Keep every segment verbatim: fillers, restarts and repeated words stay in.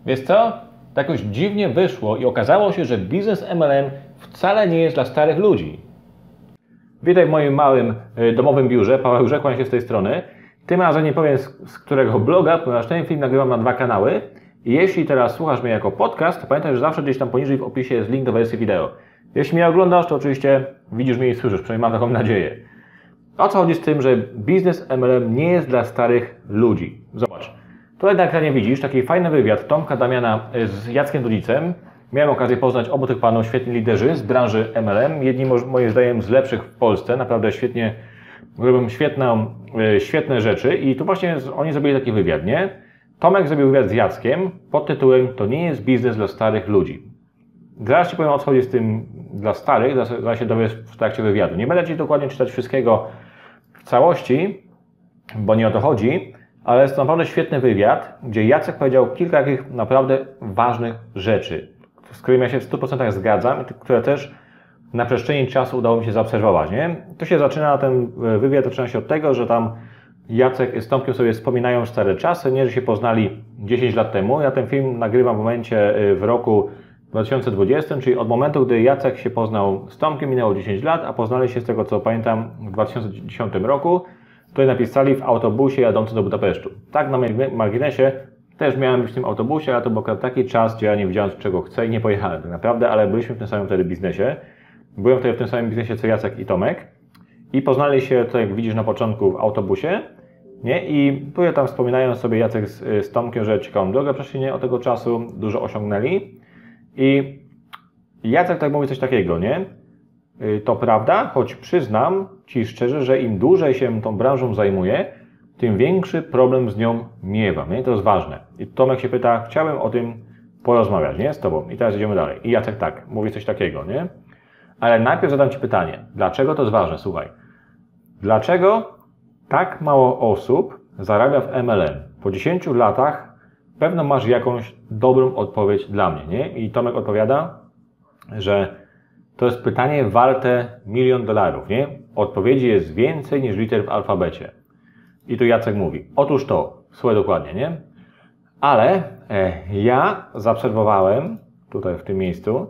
Wiesz co? Tak już dziwnie wyszło i okazało się, że biznes M L M wcale nie jest dla starych ludzi. Witaj w moim małym domowym biurze, Paweł Rzekłań się z tej strony. Tym razem nie powiem z, z którego bloga, ponieważ ten film nagrywam na dwa kanały. I jeśli teraz słuchasz mnie jako podcast, to pamiętaj, że zawsze gdzieś tam poniżej w opisie jest link do wersji wideo. Jeśli mnie oglądasz, to oczywiście widzisz mnie i słyszysz, przynajmniej mam taką nadzieję. O co chodzi z tym, że biznes M L M nie jest dla starych ludzi? Zobacz. Tutaj na ekranie widzisz taki fajny wywiad Tomka Damiana z Jackiem Dudzicem. Miałem okazję poznać obu tych panów, świetni liderzy z branży M L M. Jedni moim zdaniem z lepszych w Polsce, naprawdę świetnie, robią świetne, świetne rzeczy i tu właśnie oni zrobili taki wywiad, nie? Tomek zrobił wywiad z Jackiem pod tytułem "To nie jest biznes dla starych ludzi". Zaraz Ci powiem, o co chodzi z tym dla starych, zaraz się dowiesz w trakcie wywiadu. Nie będę Ci dokładnie czytać wszystkiego w całości, bo nie o to chodzi, ale jest to naprawdę świetny wywiad, gdzie Jacek powiedział kilka takich naprawdę ważnych rzeczy, z którymi ja się w stu procentach zgadzam, które też na przestrzeni czasu udało mi się zaobserwować, nie? To się zaczyna, ten wywiad zaczyna się od tego, że tam Jacek z Tomkiem sobie wspominają stare czasy, nie, że się poznali dziesięć lat temu. Ja ten film nagrywam w momencie w roku dwa tysiące dwudziestym, czyli od momentu, gdy Jacek się poznał z Tomkiem, minęło dziesięć lat, a poznali się z tego, co pamiętam, w dwa tysiące dziesiątym roku. Tutaj napisali w autobusie jadący do Budapesztu. Tak, na marginesie też miałem być w tym autobusie, ale to był taki czas, gdzie ja nie wiedziałem, czego chcę i nie pojechałem tak naprawdę, ale byliśmy w tym samym wtedy biznesie. Byłem wtedy w tym samym biznesie, co Jacek i Tomek. I poznali się, tak jak widzisz na początku, w autobusie. Nie? I tutaj tam wspominają sobie Jacek z, z Tomkiem, że ciekawą drogę przeszli, nie? Od tego czasu dużo osiągnęli. I Jacek tak mówi coś takiego, nie? To prawda, choć przyznam Ci szczerze, że im dłużej się tą branżą zajmuję, tym większy problem z nią miewam, nie? To jest ważne. I Tomek się pyta, chciałem o tym porozmawiać, nie? Z Tobą. I teraz idziemy dalej. I Jacek tak, mówi coś takiego, nie? Ale najpierw zadam Ci pytanie, dlaczego to jest ważne? Słuchaj. Dlaczego tak mało osób zarabia w M L M? Po dziesięciu latach pewno masz jakąś dobrą odpowiedź dla mnie, nie? I Tomek odpowiada, że to jest pytanie warte milion dolarów, nie? Odpowiedzi jest więcej niż liter w alfabecie. I tu Jacek mówi, otóż to, słuchaj dokładnie, nie? Ale e, ja zaobserwowałem, tutaj w tym miejscu,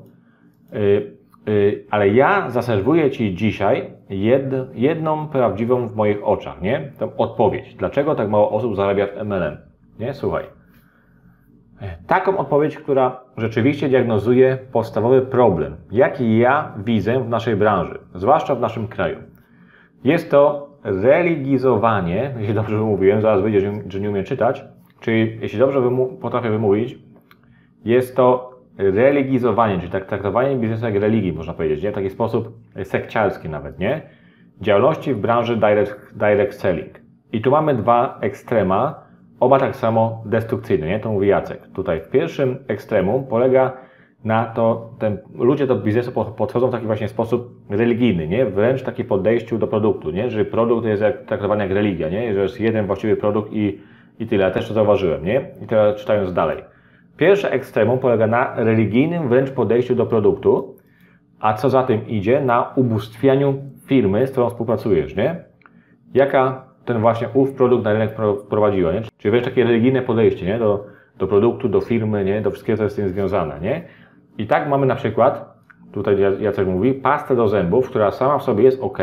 y, y, ale ja zaserwuję Ci dzisiaj jed, jedną prawdziwą w moich oczach, nie? Tą odpowiedź. Dlaczego tak mało osób zarabia w M L M? Nie? Słuchaj. Taką odpowiedź, która rzeczywiście diagnozuje podstawowy problem, jaki ja widzę w naszej branży, zwłaszcza w naszym kraju. Jest to religizowanie, jeśli dobrze wymówiłem, zaraz wyjdzie, że nie umiem czytać, czyli jeśli dobrze wymu- potrafię wymówić, jest to religizowanie, czyli tak traktowanie biznesu jak religii, można powiedzieć, nie? W taki sposób sekciarski nawet, nie? Działalności w branży direct, direct selling. I tu mamy dwa ekstrema, oba tak samo destrukcyjne, nie? To mówi Jacek. Tutaj w pierwszym ekstremum polega na to, ten, ludzie do biznesu podchodzą w taki właśnie sposób religijny, nie? Wręcz taki podejściu do produktu, nie? Że produkt jest jak, traktowany jak religia, nie? Że jest jeden właściwy produkt i, i tyle. Ja też to zauważyłem, nie? I teraz czytając dalej. Pierwsze ekstremum polega na religijnym wręcz podejściu do produktu, a co za tym idzie, na ubóstwianiu firmy, z którą współpracujesz, nie? Jaka ten właśnie ów produkt na rynek wprowadziła, nie? Czyli wręcz takie religijne podejście, nie? Do, do produktu, do firmy, nie? Do wszystkiego, co jest z tym związane, nie? I tak mamy na przykład, tutaj Jacek mówi, pastę do zębów, która sama w sobie jest ok,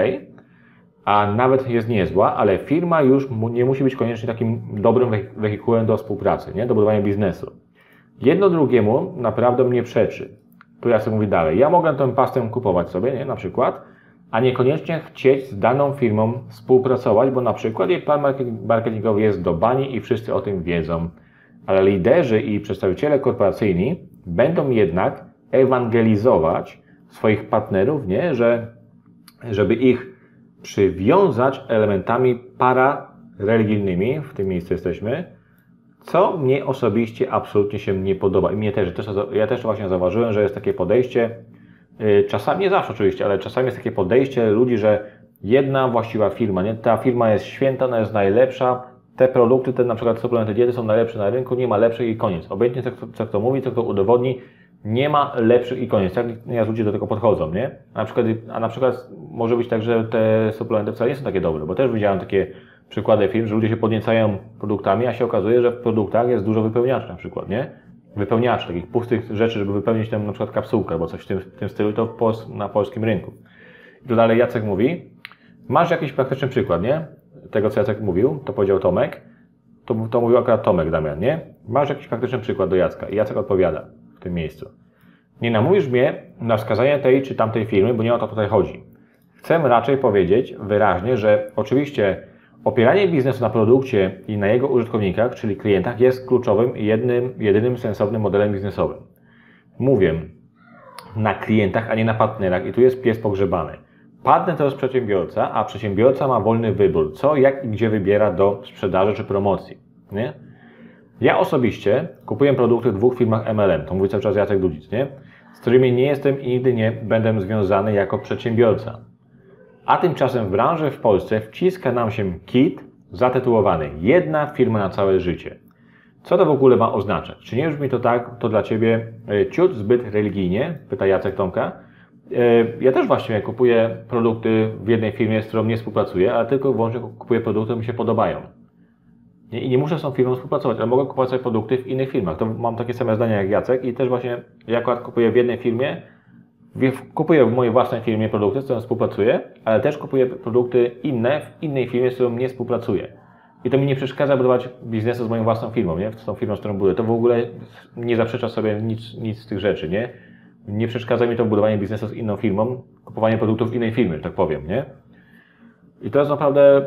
a nawet jest niezła, ale firma już nie musi być koniecznie takim dobrym wehikułem do współpracy, nie? Do budowania biznesu. Jedno drugiemu naprawdę mnie przeczy. Tu Jacek mówi dalej, ja mogę tę pastę kupować sobie, nie? Na przykład, a niekoniecznie chcieć z daną firmą współpracować, bo na przykład jej plan marketingowy jest do bani i wszyscy o tym wiedzą. Ale liderzy i przedstawiciele korporacyjni będą jednak ewangelizować swoich partnerów, nie? Że, żeby ich przywiązać elementami parareligijnymi, w tym miejscu jesteśmy, co mnie osobiście absolutnie się nie podoba. I mnie też, też ja też właśnie zauważyłem, że jest takie podejście, czasami, nie zawsze oczywiście, ale czasami jest takie podejście ludzi, że jedna właściwa firma, nie? Ta firma jest święta, ona jest najlepsza, te produkty, te na przykład suplementy diety są najlepsze na rynku, nie ma lepszych i koniec. Obojętnie co, co kto mówi, co kto udowodni, nie ma lepszych i koniec. Tak nieraz ludzie do tego podchodzą, nie? A na przykład, a na przykład może być tak, że te suplementy wcale nie są takie dobre, bo też widziałem takie przykłady firm, że ludzie się podniecają produktami, a się okazuje, że w produktach jest dużo wypełniaczy na przykład, nie? wypełniaczy, takich pustych rzeczy, żeby wypełnić tam na przykład kapsułkę albo coś w tym, w tym stylu, to pols na polskim rynku. I tu dalej Jacek mówi, masz jakiś praktyczny przykład, nie? Tego, co Jacek mówił, to powiedział Tomek, to, to mówił akurat Tomek, Damian, nie? Masz jakiś praktyczny przykład do Jacka i Jacek odpowiada w tym miejscu. Nie namówisz mnie na wskazanie tej czy tamtej firmy, bo nie o to tutaj chodzi. Chcę raczej powiedzieć wyraźnie, że oczywiście opieranie biznesu na produkcie i na jego użytkownikach, czyli klientach, jest kluczowym i jednym, jedynym sensownym modelem biznesowym. Mówię na klientach, a nie na partnerach i tu jest pies pogrzebany. Partner to jest przedsiębiorca, a przedsiębiorca ma wolny wybór, co, jak i gdzie wybiera do sprzedaży czy promocji. Nie? Ja osobiście kupuję produkty w dwóch firmach M L M, to mówi cały czas Jacek Dudzic, nie? Z którymi nie jestem i nigdy nie będę związany jako przedsiębiorca. A tymczasem w branży w Polsce wciska nam się kit zatytułowany jedna firma na całe życie. Co to w ogóle ma oznaczać? Czy nie brzmi to tak, to dla Ciebie ciut zbyt religijnie? Pyta Jacek Tomka. Ja też właśnie kupuję produkty w jednej firmie, z którą nie współpracuję, ale tylko i wyłącznie kupuję produkty, które mi się podobają. I nie muszę z tą firmą współpracować, ale mogę kupować sobie produkty w innych firmach. To mam takie same zdania jak Jacek i też właśnie ja akurat kupuję w jednej firmie, kupuję w mojej własnej firmie produkty, z którą współpracuję, ale też kupuję produkty inne w innej firmie, z którą nie współpracuję. I to mi nie przeszkadza budować biznesu z moją własną firmą, nie? Z tą firmą, z którą buduję. To w ogóle nie zaprzecza sobie nic, nic z tych rzeczy, nie? Nie przeszkadza mi to w budowaniu biznesu z inną firmą, kupowanie produktów innej firmy, tak powiem, nie? I to jest naprawdę...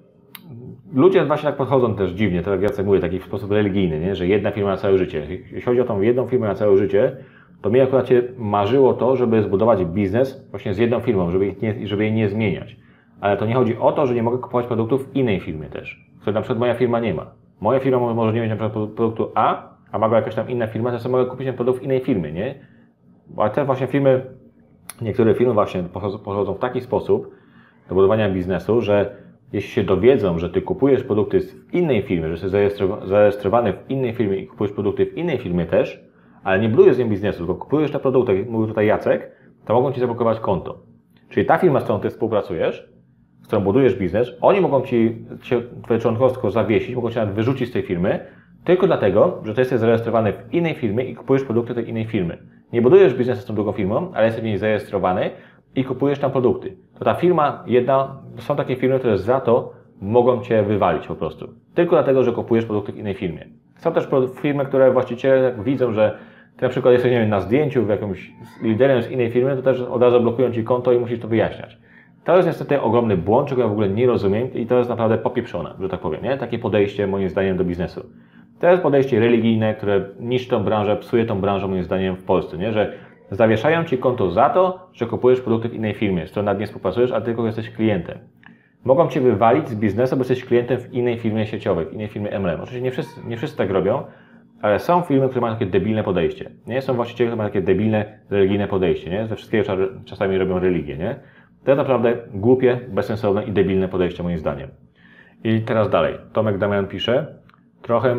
Ludzie właśnie tak podchodzą też dziwnie, tak jak Jacek mówi, taki w sposób religijny, nie? Że jedna firma na całe życie. Jeśli chodzi o tą jedną firmę na całe życie, to mi akurat się marzyło to, żeby zbudować biznes właśnie z jedną firmą, żeby, ich nie, żeby jej nie zmieniać. Ale to nie chodzi o to, że nie mogę kupować produktów w innej firmie też, której na przykład moja firma nie ma. Moja firma może nie mieć na przykład produktu A, a ma go jakaś tam inna firma, to sobie mogę kupić ten produkt w innej firmie, nie? Ale te właśnie firmy, niektóre firmy właśnie pochodzą w taki sposób do budowania biznesu, że jeśli się dowiedzą, że Ty kupujesz produkty w innej firmie, że jesteś zarejestrowany w innej firmie i kupujesz produkty w innej firmie też, ale nie budujesz z nim biznesu, tylko kupujesz te produkty, jak mówił tutaj Jacek, to mogą Ci zablokować konto. Czyli ta firma, z którą Ty współpracujesz, z którą budujesz biznes, oni mogą Ci Twoje członkostwo zawiesić, mogą Cię nawet wyrzucić z tej firmy, tylko dlatego, że Ty jesteś zarejestrowany w innej firmie i kupujesz produkty tej innej firmy. Nie budujesz biznesu z tą drugą firmą, ale jesteś w niej zarejestrowany i kupujesz tam produkty. To ta firma jedna, są takie firmy, które za to mogą Cię wywalić po prostu. Tylko dlatego, że kupujesz produkty w innej firmie. Są też firmy, które właściciele widzą, że Ty na przykład jesteś, nie wiem, na zdjęciu w jakimś liderem z innej firmy, to też od razu blokują Ci konto i musisz to wyjaśniać. To jest niestety ogromny błąd, czego ja w ogóle nie rozumiem i to jest naprawdę popieprzone, że tak powiem, nie? Takie podejście moim zdaniem do biznesu. To jest podejście religijne, które niszczy tą branżę, psuje tą branżę moim zdaniem w Polsce, nie? Że zawieszają Ci konto za to, że kupujesz produkty w innej firmie, z którą nawet nie współpracujesz, a tylko jesteś klientem. Mogą Cię wywalić z biznesu, bo jesteś klientem w innej firmie sieciowej, w innej firmie M L M. Oczywiście nie wszyscy, nie wszyscy tak robią, ale są firmy, które mają takie debilne podejście. Nie? Są właściciele, które mają takie debilne, religijne podejście. Nie? Ze wszystkiego czasami robią religię. Nie? To jest naprawdę głupie, bezsensowne i debilne podejście moim zdaniem. I teraz dalej. Tomek Damian pisze, trochę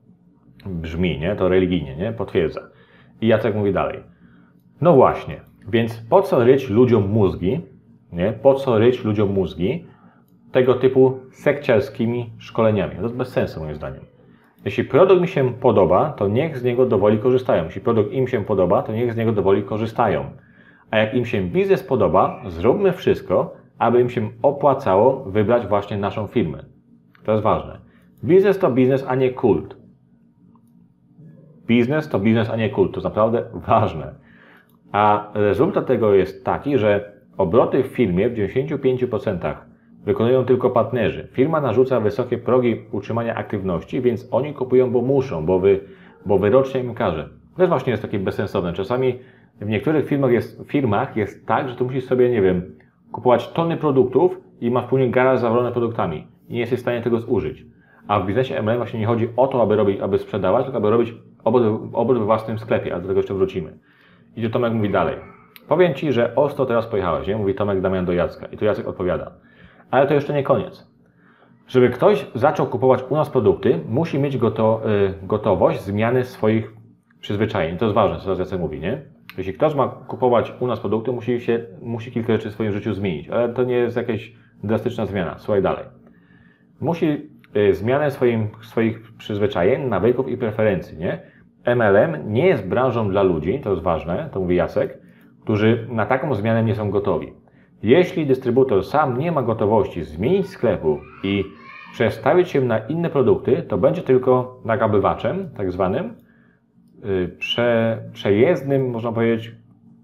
brzmi, nie? To religijnie, nie? Potwierdza. I Jacek mówi dalej. No właśnie, więc po co ryć ludziom mózgi, nie? Po co ryć ludziom mózgi tego typu sekciarskimi szkoleniami? To jest bez sensu moim zdaniem. Jeśli produkt mi się podoba, to niech z niego dowoli korzystają. Jeśli produkt im się podoba, to niech z niego dowoli korzystają. A jak im się biznes podoba, zróbmy wszystko, aby im się opłacało wybrać właśnie naszą firmę. To jest ważne. Biznes to biznes, a nie kult. Biznes to biznes, a nie kult. To jest naprawdę ważne. A rezultat tego jest taki, że obroty w firmie w dziewięćdziesięciu pięciu procentach wykonują tylko partnerzy. Firma narzuca wysokie progi utrzymania aktywności, więc oni kupują, bo muszą, bo, wy, bo wyrocznie im każe. To też właśnie jest takie bezsensowne. Czasami w niektórych firmach jest, firmach jest tak, że ty musisz sobie, nie wiem, kupować tony produktów i masz później garaż zawalony produktami i nie jesteś w stanie tego zużyć. A w biznesie M L M właśnie nie chodzi o to, aby robić, aby sprzedawać, tylko aby robić obrót, obrót we własnym sklepie, ale do tego jeszcze wrócimy. I tu Tomek mówi dalej. Powiem Ci, że ostro teraz pojechałeś, nie? Mówi Tomek Damian do Jacka. I tu Jacek odpowiada. Ale to jeszcze nie koniec. Żeby ktoś zaczął kupować u nas produkty, musi mieć goto, y, gotowość zmiany swoich przyzwyczajeń. To jest ważne, co teraz Jacek mówi, nie? Jeśli ktoś ma kupować u nas produkty, musi, się, musi kilka rzeczy w swoim życiu zmienić. Ale to nie jest jakaś drastyczna zmiana. Słuchaj dalej. Musi y, zmianę swoim, swoich przyzwyczajeń, nawyków i preferencji, nie? M L M nie jest branżą dla ludzi, to jest ważne, to mówi Jacek, którzy na taką zmianę nie są gotowi. Jeśli dystrybutor sam nie ma gotowości zmienić sklepu i przestawić się na inne produkty, to będzie tylko nagabywaczem, tak zwanym, prze, przejezdnym, można powiedzieć,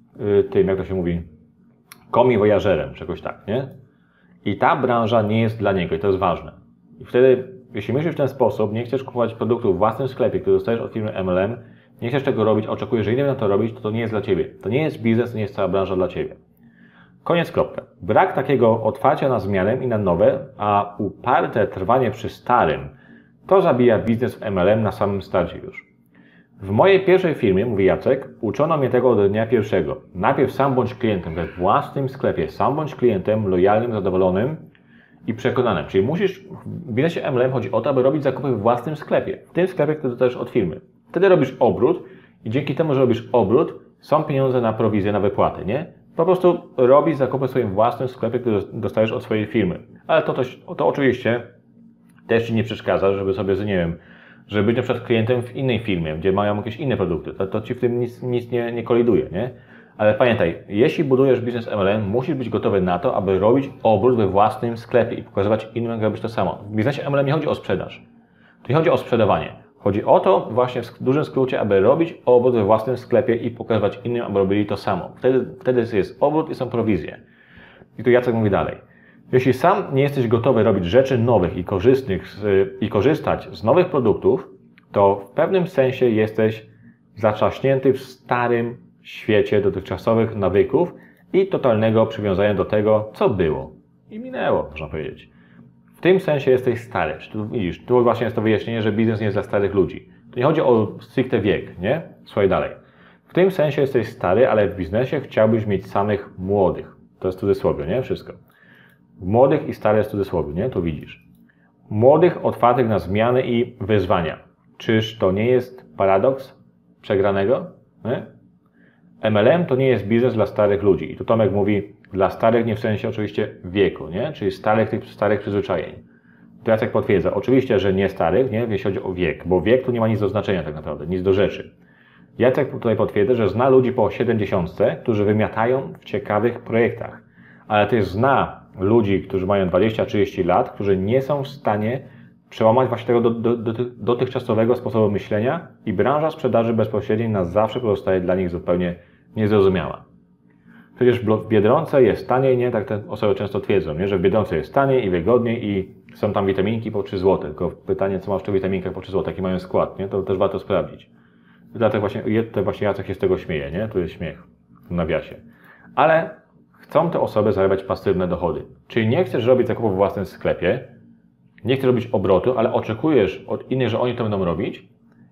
tym, jak to się mówi, komiwojażerem, czegoś tak, nie? I ta branża nie jest dla niego i to jest ważne. I wtedy, jeśli myślisz w ten sposób, nie chcesz kupować produktów w własnym sklepie, który dostajesz od firmy M L M, nie chcesz tego robić, oczekujesz, że inni będą to robić, to to nie jest dla Ciebie. To nie jest biznes, to nie jest cała branża dla Ciebie. Koniec, kropka. Brak takiego otwarcia na zmianę i na nowe, a uparte trwanie przy starym, to zabija biznes w M L M na samym starcie już. W mojej pierwszej firmie, mówi Jacek, uczono mnie tego od dnia pierwszego. Najpierw sam bądź klientem we własnym sklepie, sam bądź klientem lojalnym, zadowolonym i przekonanym. Czyli musisz, w biznesie M L M chodzi o to, aby robić zakupy w własnym sklepie. W tym sklepie, który dostajesz od firmy. Wtedy robisz obrót i dzięki temu, że robisz obrót, są pieniądze na prowizję, na wypłaty, nie? Po prostu robisz zakupy w swoim własnym sklepie, który dostajesz od swojej firmy. Ale to, to, to oczywiście też Ci nie przeszkadza, żeby sobie, nie wiem, żeby być na przykład klientem w innej firmie, gdzie mają jakieś inne produkty. To, to Ci w tym nic, nic nie, nie koliduje, nie? Ale pamiętaj, jeśli budujesz biznes M L M, musisz być gotowy na to, aby robić obrót we własnym sklepie i pokazywać innym, jak robić to samo. W biznesie M L M nie chodzi o sprzedaż. Tu nie chodzi o sprzedawanie. Chodzi o to właśnie w dużym skrócie, aby robić obrót we własnym sklepie i pokazywać innym, aby robili to samo. Wtedy, wtedy jest obrót i są prowizje. I tu Jacek mówi dalej. Jeśli sam nie jesteś gotowy robić rzeczy nowych i korzystnych z, i korzystać z nowych produktów, to w pewnym sensie jesteś zatrzaśnięty w starym świecie dotychczasowych nawyków i totalnego przywiązania do tego, co było i minęło, można powiedzieć. W tym sensie jesteś stary. Czy tu widzisz, tu właśnie jest to wyjaśnienie, że biznes nie jest dla starych ludzi. To nie chodzi o stricte wiek, nie? Słuchaj dalej. W tym sensie jesteś stary, ale w biznesie chciałbyś mieć samych młodych. To jest cudzysłowie, nie? Wszystko. Młodych i starych jest cudzysłowie, nie? Tu widzisz. Młodych, otwartych na zmiany i wyzwania. Czyż to nie jest paradoks przegranego? Nie? M L M to nie jest biznes dla starych ludzi. I tu Tomek mówi, dla starych nie w sensie oczywiście wieku, nie? Czyli starych, tych starych przyzwyczajeń. To Jacek potwierdza. Oczywiście, że nie starych, nie? Jeśli chodzi o wiek, bo wiek tu nie ma nic do znaczenia tak naprawdę, nic do rzeczy. Jacek tutaj potwierdza, że zna ludzi po siedemdziesiątce, którzy wymiatają w ciekawych projektach. Ale też zna ludzi, którzy mają dwadzieścia trzydzieści lat, którzy nie są w stanie przełamać właśnie tego do, do, do, dotychczasowego sposobu myślenia i branża sprzedaży bezpośredniej na zawsze pozostaje dla nich zupełnie niezrozumiała. Przecież w Biedronce jest taniej, nie? Tak te osoby często twierdzą, nie? Że w Biedronce jest taniej i wygodniej i są tam witaminki po trzy złote. Tylko pytanie, co masz w tych witaminkach po trzy złote, jaki mają skład, nie? To też warto sprawdzić. Dlatego właśnie, to właśnie Jacek się z tego śmieje, nie? Tu jest śmiech w nawiasie. Ale chcą te osoby zarabiać pasywne dochody. Czyli nie chcesz robić zakupów w własnym sklepie, nie chcesz robić obrotu, ale oczekujesz od innych, że oni to będą robić,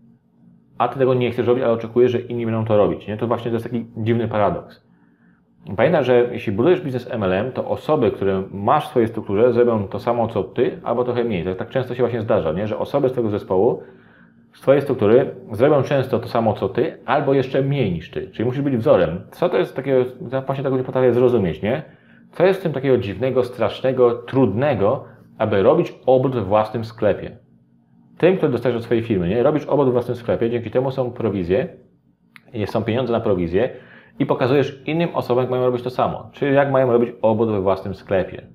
a ty tego nie chcesz robić, ale oczekujesz, że inni będą to robić, nie? To właśnie to jest taki dziwny paradoks. Pamiętaj, że jeśli budujesz biznes M L M, to osoby, które masz w swojej strukturze, zrobią to samo co ty, albo trochę mniej. Tak, tak często się właśnie zdarza, nie? Że osoby z tego zespołu, z twojej struktury, zrobią często to samo co ty, albo jeszcze mniej niż ty. Czyli musisz być wzorem. Co to jest takiego, właśnie tego nie potrafię zrozumieć, nie? Co jest w tym takiego dziwnego, strasznego, trudnego, aby robić obrót we własnym sklepie? Tym, który dostajesz od swojej firmy, nie? Robisz obrót we własnym sklepie, dzięki temu są prowizje, są pieniądze na prowizję, i pokazujesz innym osobom, jak mają robić to samo. Czyli jak mają robić obrót we własnym sklepie.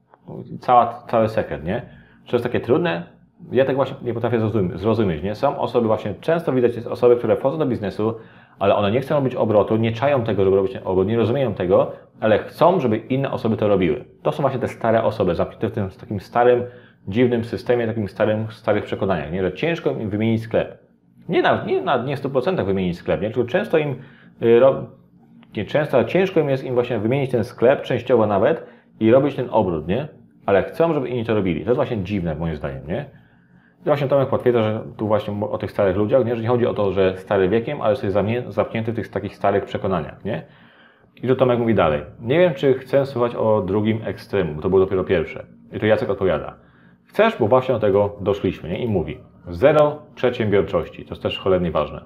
Cała, cały sekret, nie? Czy to jest takie trudne? Ja tak właśnie nie potrafię zrozumieć, nie? Są osoby właśnie, często widać jest osoby, które wchodzą do biznesu, ale one nie chcą robić obrotu, nie czają tego, żeby robić ten obrót, nie rozumieją tego, ale chcą, żeby inne osoby to robiły. To są właśnie te stare osoby, zamknięte w tym takim starym, dziwnym systemie, takim starym, starych przekonaniach, nie? Że ciężko im wymienić sklep. Nie na, nie na nie w stu procentach wymienić sklep, nie? Tylko często im yy, Nie często, ale ciężko im jest im właśnie wymienić ten sklep, częściowo nawet, i robić ten obrót, nie? Ale chcą, żeby inni to robili. To jest właśnie dziwne, moim zdaniem, nie? I właśnie Tomek potwierdza, że tu właśnie o tych starych ludziach, nie? Że nie chodzi o to, że stary wiekiem, ale jesteś zamknięty w tych takich starych przekonaniach, nie? I tu Tomek mówi dalej. Nie wiem, czy chcę słuchać o drugim ekstremum, bo to było dopiero pierwsze. I tu Jacek odpowiada. Chcesz, bo właśnie do tego doszliśmy, nie? I mówi. Zero przedsiębiorczości. To jest też cholernie ważne.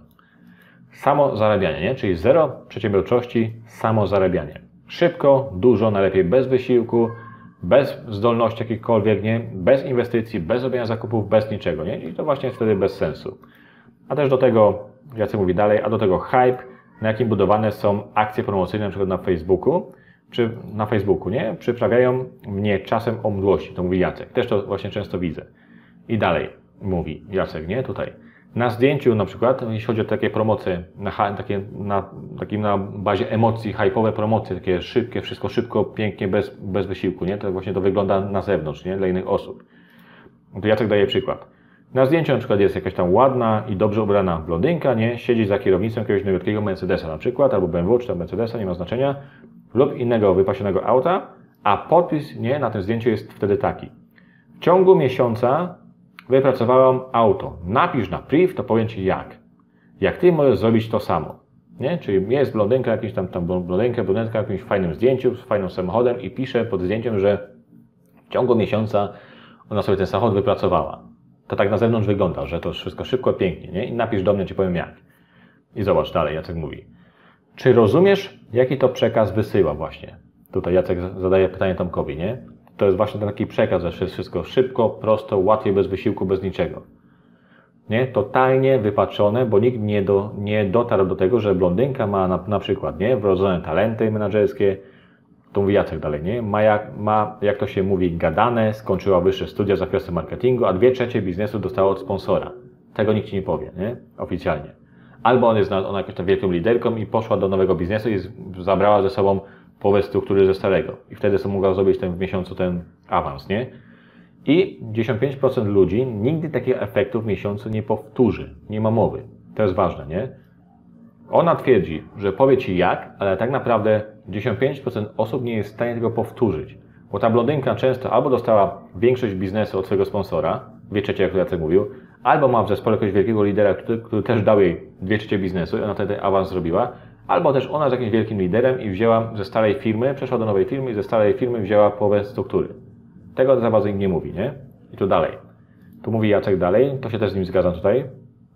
Samo zarabianie, nie? Czyli zero przedsiębiorczości, samo zarabianie. Szybko, dużo, najlepiej bez wysiłku, bez zdolności jakichkolwiek, nie? Bez inwestycji, bez robienia zakupów, bez niczego, nie? I to właśnie jest wtedy bez sensu. A też do tego Jacek mówi dalej, a do tego hype, na jakim budowane są akcje promocyjne, na przykład na Facebooku, czy na Facebooku, nie? Przyprawiają mnie czasem o mdłości, to mówi Jacek. Też to właśnie często widzę. I dalej mówi Jacek, nie? Tutaj. Na zdjęciu na przykład, jeśli chodzi o takie promocje, na, takie, na, takim na bazie emocji, hype'owe promocje, takie szybkie, wszystko szybko, pięknie, bez, bez wysiłku, nie? To właśnie to wygląda na zewnątrz, nie? Dla innych osób. To Jacek daje przykład. Na zdjęciu na przykład jest jakaś tam ładna i dobrze ubrana blondynka, nie? Siedzi za kierownicą jakiegoś nowego Mercedesa na przykład, albo B M W, czy tam Mercedesa, nie ma znaczenia, lub innego wypasionego auta, a podpis, nie? Na tym zdjęciu jest wtedy taki. W ciągu miesiąca wypracowałam auto. Napisz na priv, to powiem Ci jak. Jak Ty możesz zrobić to samo. Nie? Czyli jest blondynka, jakiś tam, tam blondynka, brunetka, w jakimś fajnym zdjęciu, z fajnym samochodem i pisze pod zdjęciem, że w ciągu miesiąca ona sobie ten samochód wypracowała. To tak na zewnątrz wygląda, że to wszystko szybko, pięknie, nie? I napisz do mnie, Ci powiem jak. I zobacz dalej, Jacek mówi. Czy rozumiesz, jaki to przekaz wysyła właśnie? Tutaj Jacek zadaje pytanie Tomkowi, nie? To jest właśnie ten taki przekaz, że wszystko szybko, prosto, łatwiej, bez wysiłku, bez niczego. Nie? Totalnie wypaczone, bo nikt nie, do, nie dotarł do tego, że blondynka ma na, na przykład, nie? Wrodzone talenty menedżerskie, to mówi Jacek dalej, nie? Ma jak, ma, jak to się mówi, gadane, skończyła wyższe studia z zakresu marketingu, a dwie trzecie biznesu dostała od sponsora. Tego nikt Ci nie powie, nie? Oficjalnie. Albo on jest, ona jakąś tam wielką liderką i poszła do nowego biznesu i zabrała ze sobą połowę struktury ze starego. I wtedy sobie mogła zrobić ten w miesiącu ten awans, nie? I dziewięćdziesiąt pięć procent ludzi nigdy takich efektów w miesiącu nie powtórzy. Nie ma mowy. To jest ważne, nie? Ona twierdzi, że powie Ci jak, ale tak naprawdę dziewięćdziesiąt pięć procent osób nie jest w stanie tego powtórzyć. Bo ta blondynka często albo dostała większość biznesu od swojego sponsora, dwie trzecie, jak to Jacek mówił, albo ma w zespole jakiegoś wielkiego lidera, który, który też dał jej dwie trzecie biznesu i ona wtedy awans zrobiła, albo też ona jest jakimś wielkim liderem i wzięła ze starej firmy, przeszła do nowej firmy i ze starej firmy wzięła połowę struktury. Tego za bardzo im nie mówi, nie? I tu dalej. Tu mówi Jacek dalej, to się też z nim zgadzam tutaj.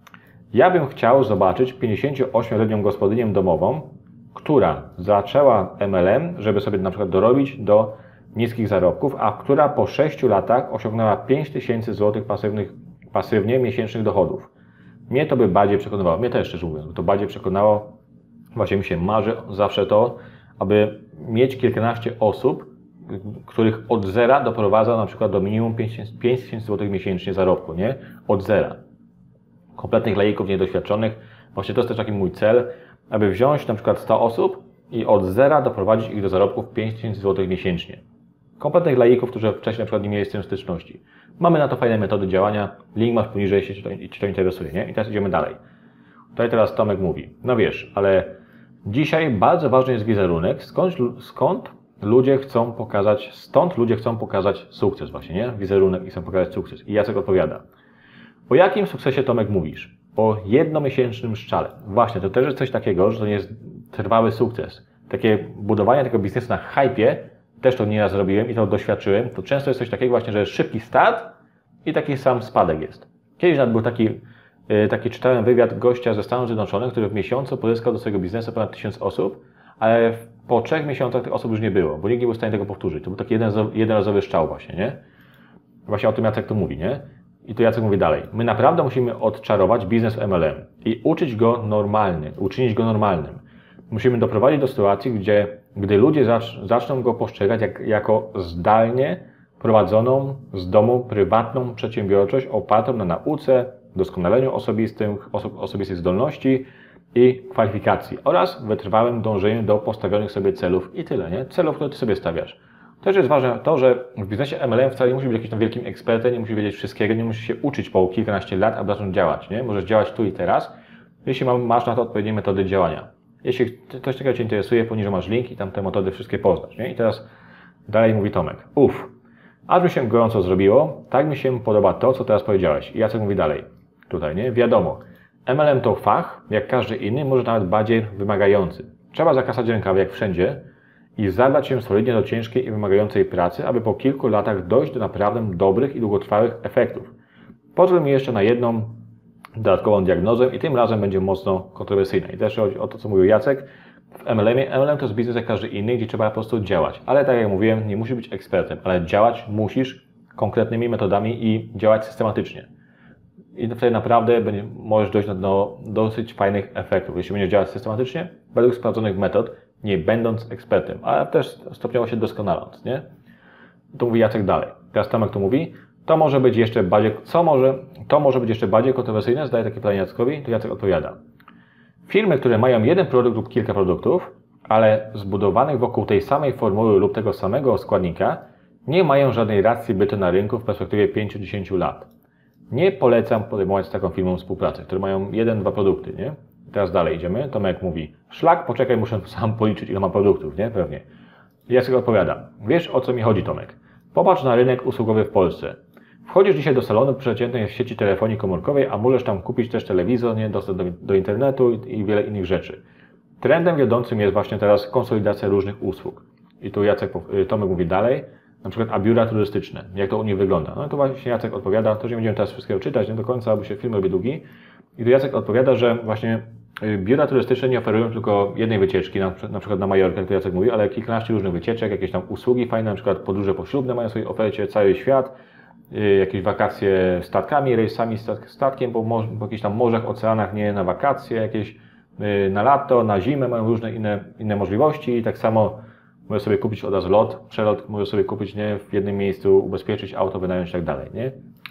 Ja bym chciał zobaczyć pięćdziesięcioośmioletnią gospodynię domową, która zaczęła M L M, żeby sobie na przykład dorobić do niskich zarobków, a która po sześciu latach osiągnęła pięć tysięcy złotych pasywnych, pasywnie miesięcznych dochodów. Mnie to by bardziej przekonywało, mnie też szczerze mówiąc, to bardziej przekonało, właśnie mi się marzy zawsze to, aby mieć kilkanaście osób, których od zera doprowadza na przykład do minimum pięć tysięcy złotych miesięcznie zarobku, nie? Od zera. Kompletnych laików niedoświadczonych. Właśnie to jest też taki mój cel, aby wziąć na przykład sto osób i od zera doprowadzić ich do zarobków pięć tysięcy złotych miesięcznie. Kompletnych laików, którzy wcześniej na przykład nie mieli z tym styczności. Mamy na to fajne metody działania. Link masz poniżej, jeśli Cię to interesuje, nie? I teraz idziemy dalej. Tutaj teraz Tomek mówi, no wiesz, ale dzisiaj bardzo ważny jest wizerunek, skąd, skąd ludzie chcą pokazać, stąd ludzie chcą pokazać sukces właśnie, nie? Wizerunek i chcą pokazać sukces. I Jacek odpowiada. O jakim sukcesie, Tomek, mówisz? O jednomiesięcznym szczale. Właśnie, to też jest coś takiego, że to nie jest trwały sukces. Takie budowanie tego biznesu na hypie, też to nieraz zrobiłem i to doświadczyłem, to często jest coś takiego właśnie, że jest szybki start i taki sam spadek jest. Kiedyś nawet był taki, taki czytałem wywiad gościa ze Stanów Zjednoczonych, który w miesiącu pozyskał do swojego biznesu ponad tysiąc osób, ale po trzech miesiącach tych osób już nie było, bo nikt nie był w stanie tego powtórzyć. To był taki jeden, jednorazowy strzał właśnie, nie? Właśnie o tym Jacek tu mówi, nie? I tu Jacek mówi dalej. My naprawdę musimy odczarować biznes w M L M i uczyć go normalny, uczynić go normalnym. Musimy doprowadzić do sytuacji, gdzie gdy ludzie zacz, zaczną go postrzegać jak, jako zdalnie prowadzoną z domu prywatną przedsiębiorczość opartą na nauce, doskonaleniu osobistych, oso, osobistej zdolności i kwalifikacji oraz wytrwałym dążeniu do postawionych sobie celów i tyle, nie? Celów, które Ty sobie stawiasz. Też jest ważne to, że w biznesie M L M wcale nie musi być jakimś tam wielkim ekspertem, nie musi wiedzieć wszystkiego, nie musi się uczyć po kilkanaście lat, aby zacząć działać, nie? Możesz działać tu i teraz, jeśli masz na to odpowiednie metody działania. Jeśli coś takiego Cię interesuje, poniżej masz link i tam te metody wszystkie poznasz, nie? I teraz dalej mówi Tomek. Uff, aż mi się gorąco zrobiło, tak mi się podoba to, co teraz powiedziałeś. I Jacek mówi dalej, tutaj, nie? Wiadomo, M L M to fach, jak każdy inny, może nawet bardziej wymagający. Trzeba zakasać rękawy jak wszędzie i zabrać się solidnie do ciężkiej i wymagającej pracy, aby po kilku latach dojść do naprawdę dobrych i długotrwałych efektów. Pozwól mi jeszcze na jedną dodatkową diagnozę i tym razem będzie mocno kontrowersyjna. I też chodzi o to, co mówił Jacek. W M L M-ie, M L M to jest biznes jak każdy inny, gdzie trzeba po prostu działać. Ale tak jak mówiłem, nie musisz być ekspertem, ale działać musisz konkretnymi metodami i działać systematycznie. i wtedy naprawdę będzie, możesz dojść do, do dosyć fajnych efektów, jeśli będziesz działać systematycznie, według sprawdzonych metod, nie będąc ekspertem, ale też stopniowo się doskonaląc, nie? Tu mówi Jacek dalej. Teraz Tomek tu mówi, to może być jeszcze bardziej, co może, to może być jeszcze bardziej kontrowersyjne, zadaje takie pytanie Jackowi, to Jacek odpowiada. Firmy, które mają jeden produkt lub kilka produktów, ale zbudowanych wokół tej samej formuły lub tego samego składnika, nie mają żadnej racji bytu na rynku w perspektywie pięć do dziesięciu lat. Nie polecam podejmować z taką firmą współpracę, które mają jeden, dwa produkty, nie? Teraz dalej idziemy. Tomek mówi, szlak, poczekaj, muszę sam policzyć, ile mam produktów, nie? Pewnie. Jacek odpowiada, wiesz, o co mi chodzi, Tomek. Popatrz na rynek usługowy w Polsce. Wchodzisz dzisiaj do salonu przeciętnej w sieci telefonii komórkowej, a możesz tam kupić też telewizor, nie? Dostęp do, do internetu i, i wiele innych rzeczy. Trendem wiodącym jest właśnie teraz konsolidacja różnych usług. I tu Jacek, Tomek mówi dalej, na przykład, a biura turystyczne, jak to u nich wygląda. No to właśnie Jacek odpowiada, to że nie będziemy teraz wszystkiego czytać, nie do końca, bo się film robi długi. I tu Jacek odpowiada, że właśnie biura turystyczne nie oferują tylko jednej wycieczki, na, na przykład na Majorkę, jak to Jacek mówi, ale kilkanaście różnych wycieczek, jakieś tam usługi fajne, na przykład podróże poślubne mają w swojej ofercie, cały świat, jakieś wakacje statkami, rejsami statkiem po, morz, po jakichś tam morzach, oceanach, nie na wakacje, jakieś na lato, na zimę mają różne inne, inne możliwości i tak samo możesz sobie kupić od razu lot, przelot, możesz sobie kupić nie, w jednym miejscu, ubezpieczyć auto, wynająć i tak dalej, nie?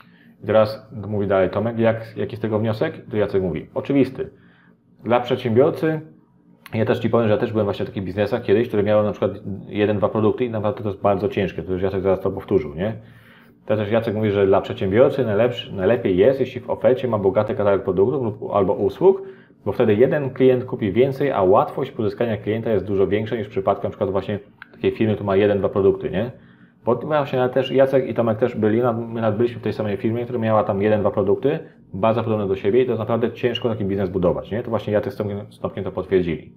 I teraz mówi dalej Tomek, jak, jaki jest tego wniosek? To Jacek mówi, oczywisty. Dla przedsiębiorcy, ja też Ci powiem, że ja też byłem właśnie w takich biznesach kiedyś, które miały na przykład jeden, dwa produkty i naprawdę to jest bardzo ciężkie, to już Jacek zaraz to powtórzył, nie? Teraz też Jacek mówi, że dla przedsiębiorcy najlepszy, najlepiej jest, jeśli w ofercie ma bogaty katalog produktów lub, albo usług, bo wtedy jeden klient kupi więcej, a łatwość pozyskania klienta jest dużo większa niż w przypadku na przykład właśnie takiej firmy, tu ma jeden, dwa produkty, nie? Bo właśnie też Jacek i Tomek też byli, my nawet byliśmy w tej samej firmie, która miała tam jeden, dwa produkty, bardzo podobne do siebie i to jest naprawdę ciężko taki biznes budować, nie? To właśnie Jacek z Tomkiem, z Tomkiem to potwierdzili.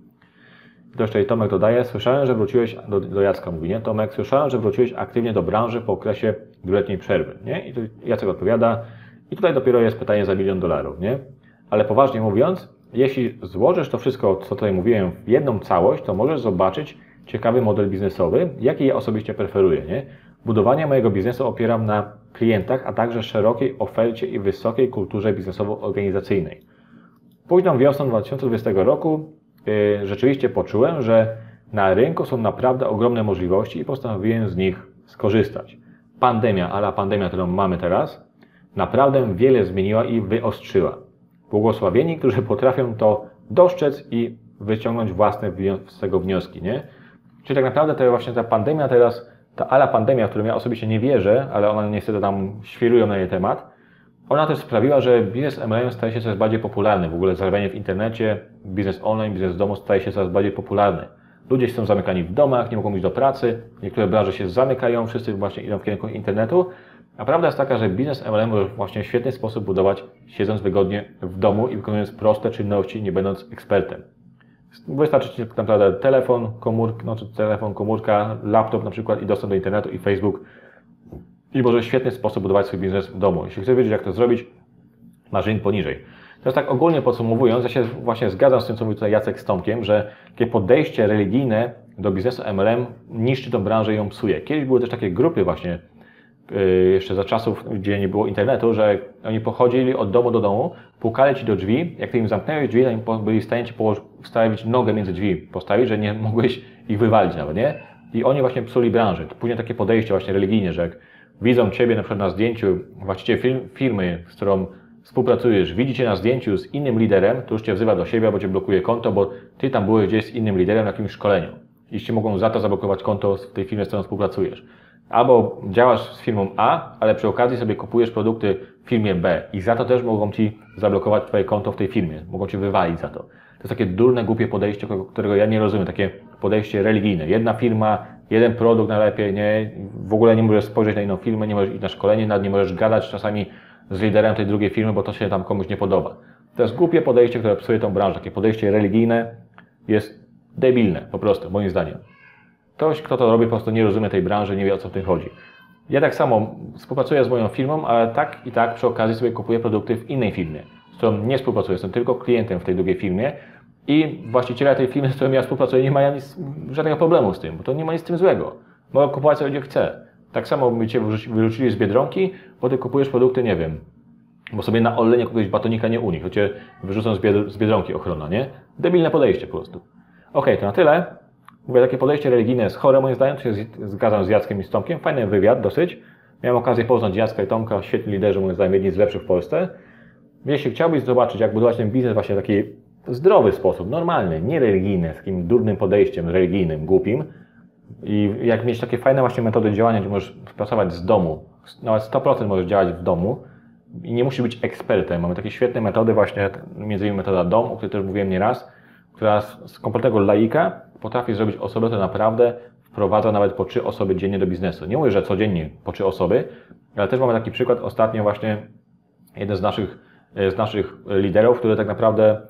I to jeszcze Tomek dodaje, słyszałem, że wróciłeś, do, do Jacka mówi, nie? Tomek, słyszałem, że wróciłeś aktywnie do branży po okresie dwuletniej przerwy, nie? I tu Jacek odpowiada, i tutaj dopiero jest pytanie za milion dolarów, nie? Ale poważnie mówiąc, jeśli złożysz to wszystko, co tutaj mówiłem, w jedną całość, to możesz zobaczyć ciekawy model biznesowy, jaki ja osobiście preferuję, nie? Budowanie mojego biznesu opieram na klientach, a także szerokiej ofercie i wysokiej kulturze biznesowo-organizacyjnej. Późną wiosną dwa tysiące dwudziestego roku yy, rzeczywiście poczułem, że na rynku są naprawdę ogromne możliwości i postanowiłem z nich skorzystać. Pandemia, a la pandemia, którą mamy teraz, naprawdę wiele zmieniła i wyostrzyła. Błogosławieni, którzy potrafią to dostrzec i wyciągnąć własne z tego wnioski, nie? Czyli tak naprawdę to właśnie ta pandemia teraz, ta ala pandemia, w którą ja osobiście nie wierzę, ale ona niestety tam świrują na jej temat, ona też sprawiła, że biznes M L M staje się coraz bardziej popularny. W ogóle zarabianie w internecie, biznes online, biznes z domu staje się coraz bardziej popularny. Ludzie są zamykani w domach, nie mogą iść do pracy, niektóre branże się zamykają, wszyscy właśnie idą w kierunku internetu. A prawda jest taka, że biznes M L M może właśnie w świetny sposób budować, siedząc wygodnie w domu i wykonując proste czynności, nie będąc ekspertem. Wystarczy Ci tak naprawdę telefon, komórka, no, czy telefon, komórka, laptop na przykład i dostęp do internetu i Facebook. I może w świetny sposób budować swój biznes w domu. Jeśli chcesz wiedzieć, jak to zrobić, masz link poniżej. Teraz tak ogólnie podsumowując, ja się właśnie zgadzam z tym, co mówi tutaj Jacek z Tomkiem, że takie podejście religijne do biznesu M L M niszczy tą branżę i ją psuje. Kiedyś były też takie grupy właśnie, jeszcze za czasów, gdzie nie było internetu, że oni pochodzili od domu do domu, pukali Ci do drzwi, jak Ty im zamknęłeś drzwi, to im byli w stanie Ci wstawić nogę między drzwi, postawić, że nie mogłeś ich wywalić nawet, nie? I oni właśnie psuli branżę. Później takie podejście właśnie religijne, że jak widzą Ciebie na przykład na zdjęciu, właściciel firmy, z którą współpracujesz, widzi Cię na zdjęciu z innym liderem, to już Cię wzywa do siebie, albo Cię blokuje konto, bo Ty tam byłeś gdzieś z innym liderem na jakimś szkoleniu. I Ci mogą za to zablokować konto w tej firmie, z którą współpracujesz. Albo działasz z firmą A, ale przy okazji sobie kupujesz produkty w firmie B i za to też mogą Ci zablokować Twoje konto w tej firmie. Mogą Cię wywalić za to. To jest takie durne, głupie podejście, którego ja nie rozumiem. Takie podejście religijne. Jedna firma, jeden produkt najlepiej, nie? W ogóle nie możesz spojrzeć na inną firmę, nie możesz iść na szkolenie, nawet nie możesz gadać czasami z liderem tej drugiej firmy, bo to się tam komuś nie podoba. To jest głupie podejście, które psuje tą branżę. Takie podejście religijne jest debilne, po prostu, moim zdaniem. Ktoś, kto to robi, po prostu nie rozumie tej branży, nie wie, o co w tym chodzi. Ja tak samo współpracuję z moją firmą, ale tak i tak przy okazji sobie kupuję produkty w innej firmie, z którą nie współpracuję, jestem tylko klientem w tej drugiej firmie i właściciele tej firmy, z którą ja współpracuję, nie mają nic, żadnego problemu z tym, bo to nie ma nic z tym złego. Mogę kupować sobie, gdzie chcę. Tak samo by Cię wyrzucili z Biedronki, bo Ty kupujesz produkty, nie wiem, bo sobie na olenie kogoś batonika nie unik, to cię wyrzucą z, bied z Biedronki ochrona, nie? Debilne podejście po prostu. Okej, to na tyle. Mówię, takie podejście religijne jest chore moim zdaniem, to się zgadzam z Jackiem i z Tomkiem. Fajny wywiad dosyć. Miałem okazję poznać Jacka i Tomka, świetni liderzy, moim zdaniem jedni z lepszych w Polsce. Jeśli chciałbyś zobaczyć, jak budować ten biznes właśnie w taki zdrowy sposób, normalny, nie religijny, z takim durnym podejściem religijnym, głupim i jak mieć takie fajne właśnie metody działania, gdzie możesz pracować z domu, nawet sto procent możesz działać w domu i nie musisz być ekspertem. Mamy takie świetne metody właśnie, między innymi metoda D O M, o której też mówiłem nieraz, która z kompletnego laika potrafi zrobić osobę, która naprawdę wprowadza nawet po trzy osoby dziennie do biznesu. Nie mówię, że codziennie po trzy osoby, ale też mamy taki przykład ostatnio właśnie jeden z naszych, z naszych liderów, który tak naprawdę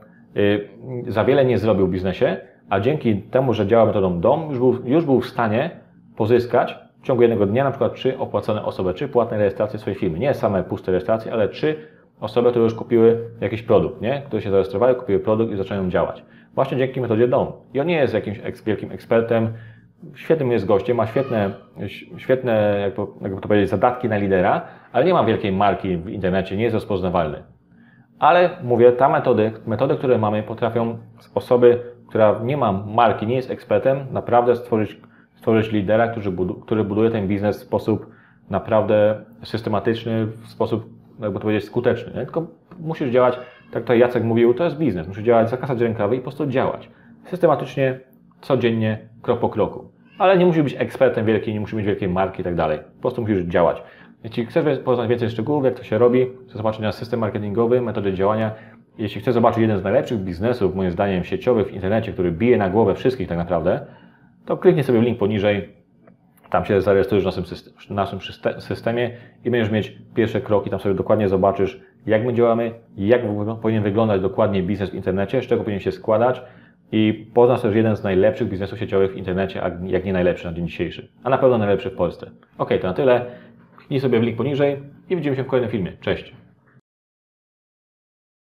za wiele nie zrobił w biznesie, a dzięki temu, że działa metodą D O M, już był, już był w stanie pozyskać w ciągu jednego dnia na przykład trzy opłacone osoby, trzy płatne rejestracje swojej firmy. Nie same puste rejestracje, ale trzy osoby, które już kupiły jakiś produkt, nie? Które się zarejestrowały, kupiły produkt i zaczynają działać. Właśnie dzięki metodzie D O M. I on nie jest jakimś wielkim ekspertem, świetnym jest gościem, ma świetne, świetne jakby, jakby to powiedzieć, zadatki na lidera, ale nie ma wielkiej marki w internecie, nie jest rozpoznawalny. Ale mówię, ta metody, metody, które mamy, potrafią z osoby, która nie ma marki, nie jest ekspertem, naprawdę stworzyć, stworzyć lidera, który, budu, który buduje ten biznes w sposób naprawdę systematyczny, w sposób, jakby to powiedzieć, skuteczny. Nie? Tylko musisz działać, tak jak Jacek mówił, to jest biznes. Musisz działać, zakasać rękawy i po prostu działać. Systematycznie, codziennie, krok po kroku. Ale nie musisz być ekspertem wielkim, nie musisz mieć wielkiej marki i tak dalej. Po prostu musisz działać. Jeśli chcesz poznać więcej szczegółów, jak to się robi, chcesz zobaczyć na system marketingowy, metody działania, jeśli chcesz zobaczyć jeden z najlepszych biznesów, moim zdaniem, sieciowych w internecie, który bije na głowę wszystkich tak naprawdę, to kliknij sobie w link poniżej, tam się zarejestrujesz w naszym, system, w naszym systemie i będziesz mieć pierwsze kroki, tam sobie dokładnie zobaczysz, jak my działamy, jak powinien wyglądać dokładnie biznes w internecie, z czego powinien się składać i poznasz też jeden z najlepszych biznesów sieciowych w internecie, jak nie najlepszy na dzień dzisiejszy, a na pewno najlepszy w Polsce. Ok, to na tyle. Kliknij sobie w link poniżej i widzimy się w kolejnym filmie. Cześć!